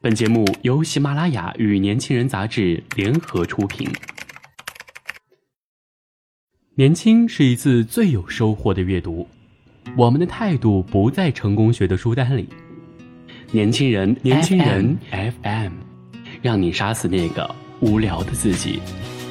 本节目由喜马拉雅与年轻人杂志联合出品。年轻是一次最有收获的阅读，我们的态度不在成功学的书单里。年轻人 FM 让你杀死那个无聊的自己。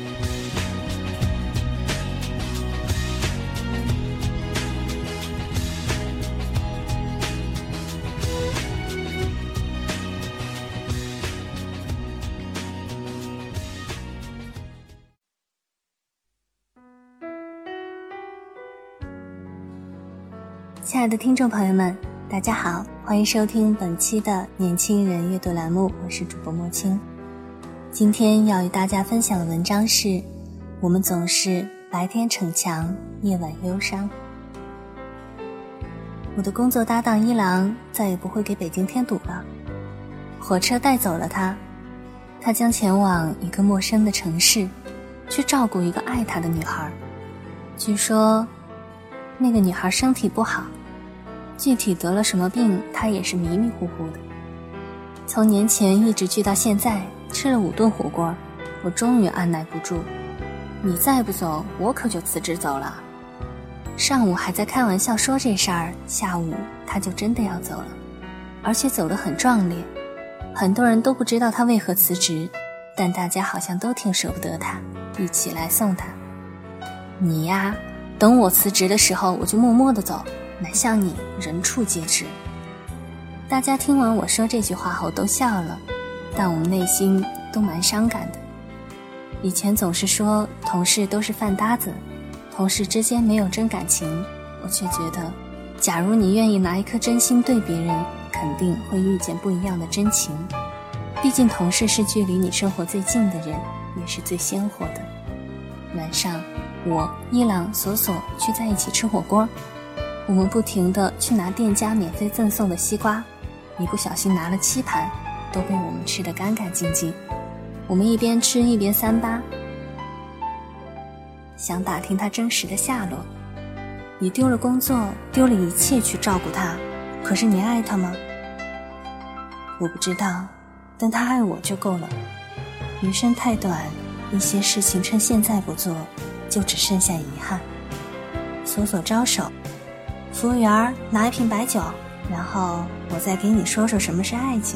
亲爱的听众朋友们，大家好，欢迎收听本期的年轻人阅读栏目，我是主播莫青。今天要与大家分享的文章是：我们总是白天逞强，夜晚忧伤。我的工作搭档一郎再也不会给北京添堵了，火车带走了他，他将前往一个陌生的城市，去照顾一个爱他的女孩。据说那个女孩身体不好，具体得了什么病他也是迷迷糊糊的。从年前一直聚到现在，吃了5顿火锅，我终于按耐不住，你再不走我可就辞职走了。上午还在开玩笑说这事儿，下午他就真的要走了，而且走得很壮烈。很多人都不知道他为何辞职，但大家好像都挺舍不得他，一起来送他。你呀，等我辞职的时候我就默默地走，哪像你人处皆知。大家听完我说这句话后都笑了，但我们内心都蛮伤感的。以前总是说同事都是饭搭子，同事之间没有真感情，我却觉得假如你愿意拿一颗真心对别人，肯定会遇见不一样的真情。毕竟同事是距离你生活最近的人，也是最鲜活的。晚上我、伊朗、索索聚在一起吃火锅，我们不停地去拿店家免费赠送的西瓜，一不小心拿了7盘，都被我们吃得干干净净。我们一边吃一边三八，想打听他真实的下落。你丢了工作，丢了一切去照顾他，可是你爱他吗？我不知道，但他爱我就够了。余生太短，一些事情趁现在不做，就只剩下遗憾。索索招手，服务员拿1瓶白酒，然后我再给你说说什么是爱情。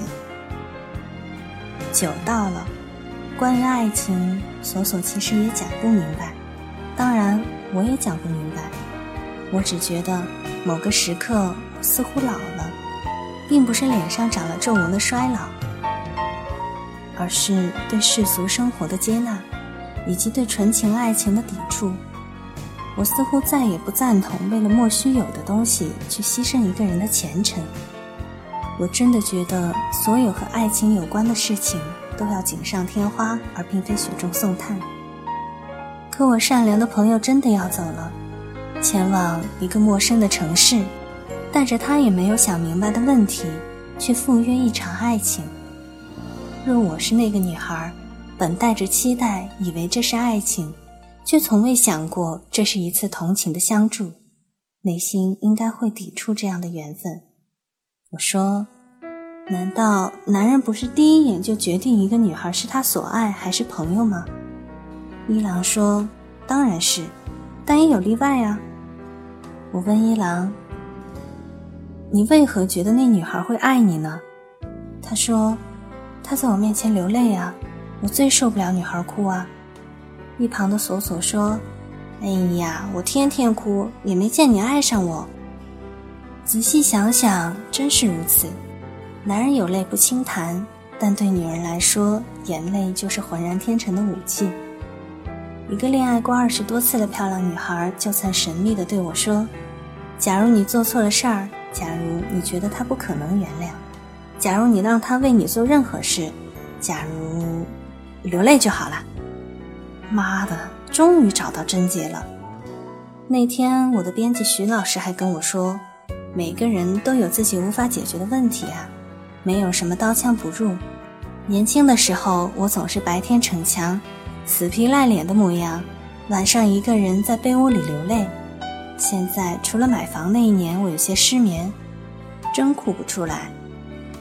酒到了，关于爱情，索索其实也讲不明白，当然我也讲不明白。我只觉得某个时刻我似乎老了，并不是脸上长了皱纹的衰老，而是对世俗生活的接纳，以及对纯情爱情的抵触。我似乎再也不赞同为了莫须有的东西去牺牲一个人的前程。我真的觉得所有和爱情有关的事情都要锦上添花，而并非雪中送炭。可我善良的朋友真的要走了，前往一个陌生的城市，带着他也没有想明白的问题，去赴约一场爱情。若我是那个女孩，本带着期待，以为这是爱情，却从未想过这是一次同情的相助，内心应该会抵触这样的缘分。我说，难道男人不是第一眼就决定一个女孩是他所爱还是朋友吗？伊朗说，当然是，但也有例外啊。我问伊朗，你为何觉得那女孩会爱你呢？他说，她在我面前流泪啊，我最受不了女孩哭啊。一旁的索索说，哎呀，我天天哭，也没见你爱上我。仔细想想，真是如此。男人有泪不轻弹，但对女人来说，眼泪就是浑然天成的武器。一个恋爱过20多次的漂亮女孩就曾神秘地对我说，假如你做错了事儿，假如你觉得他不可能原谅，假如你让他为你做任何事，假如流泪就好了。妈的，终于找到症结了。那天我的编辑徐老师还跟我说，每个人都有自己无法解决的问题啊，没有什么刀枪不入。年轻的时候我总是白天逞强，死皮赖脸的模样，晚上一个人在被窝里流泪。现在除了买房那一年我有些失眠，真哭不出来。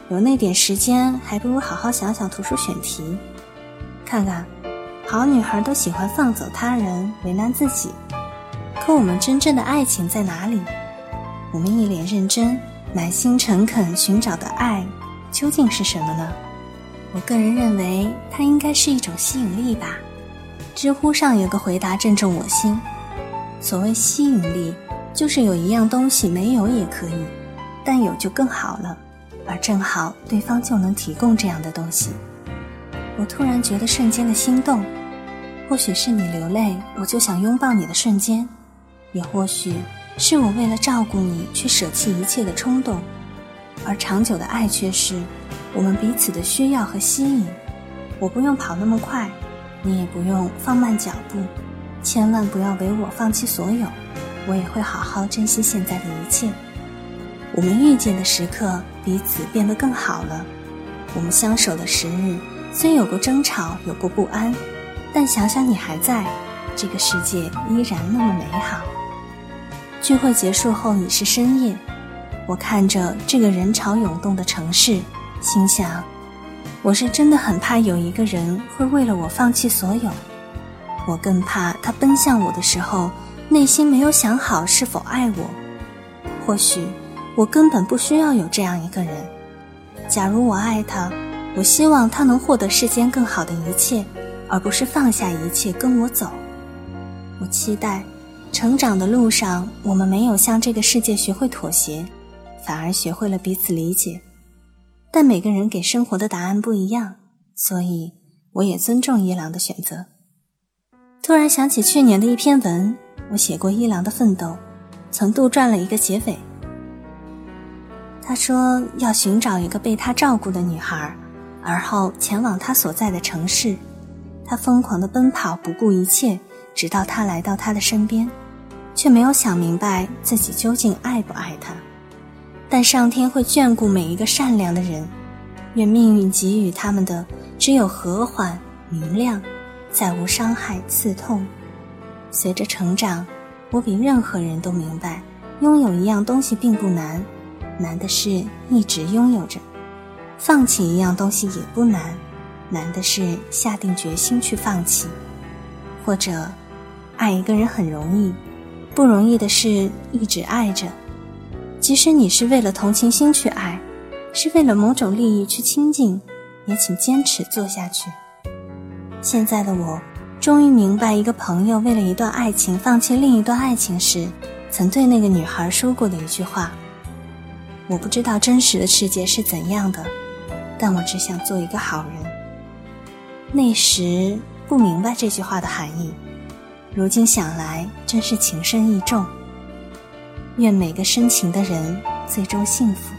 有那点时间，还不如好好想想图书选题。看看，好女孩都喜欢放走他人，为难自己。可我们真正的爱情在哪里？我们一脸认真、满心诚恳寻找的爱，究竟是什么呢？我个人认为，它应该是一种吸引力吧。知乎上有个回答正中我心。所谓吸引力，就是有一样东西没有也可以，但有就更好了，而正好对方就能提供这样的东西。我突然觉得瞬间的心动，或许是你流泪，我就想拥抱你的瞬间，也或许是我为了照顾你去舍弃一切的冲动，而长久的爱却是我们彼此的需要和吸引。我不用跑那么快，你也不用放慢脚步，千万不要为我放弃所有，我也会好好珍惜现在的一切。我们遇见的时刻，彼此变得更好了。我们相守的时日，虽有过争吵，有过不安，但想想你还在，这个世界依然那么美好。聚会结束后已是深夜，我看着这个人潮涌动的城市，心想，我是真的很怕有一个人会为了我放弃所有。我更怕他奔向我的时候，内心没有想好是否爱我。或许我根本不需要有这样一个人。假如我爱他，我希望他能获得世间更好的一切，而不是放下一切跟我走。我期待成长的路上，我们没有向这个世界学会妥协，反而学会了彼此理解。但每个人给生活的答案不一样，所以我也尊重一郎的选择。突然想起去年的一篇文，我写过一郎的奋斗，曾杜撰了一个结尾。他说要寻找一个被他照顾的女孩，而后前往他所在的城市。他疯狂地奔跑，不顾一切，直到他来到他的身边，却没有想明白自己究竟爱不爱他。但上天会眷顾每一个善良的人，愿命运给予他们的只有和缓、明亮，再无伤害、刺痛。随着成长，我比任何人都明白，拥有一样东西并不难，难的是一直拥有着。放弃一样东西也不难，难的是下定决心去放弃。或者爱一个人很容易，不容易的是一直爱着。即使你是为了同情心去爱，是为了某种利益去亲近，也请坚持做下去。现在的我终于明白，一个朋友为了一段爱情放弃另一段爱情时，曾对那个女孩说过的一句话。我不知道真实的世界是怎样的，但我只想做一个好人。那时不明白这句话的含义，如今想来真是情深意重。愿每个深情的人最终幸福。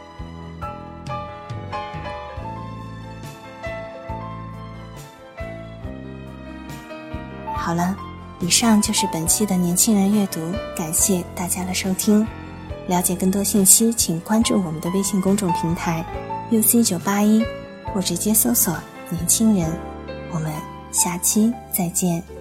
好了，以上就是本期的年轻人阅读，感谢大家的收听。了解更多信息，请关注我们的微信公众平台 UC981，或直接搜索年轻人。我们下期再见。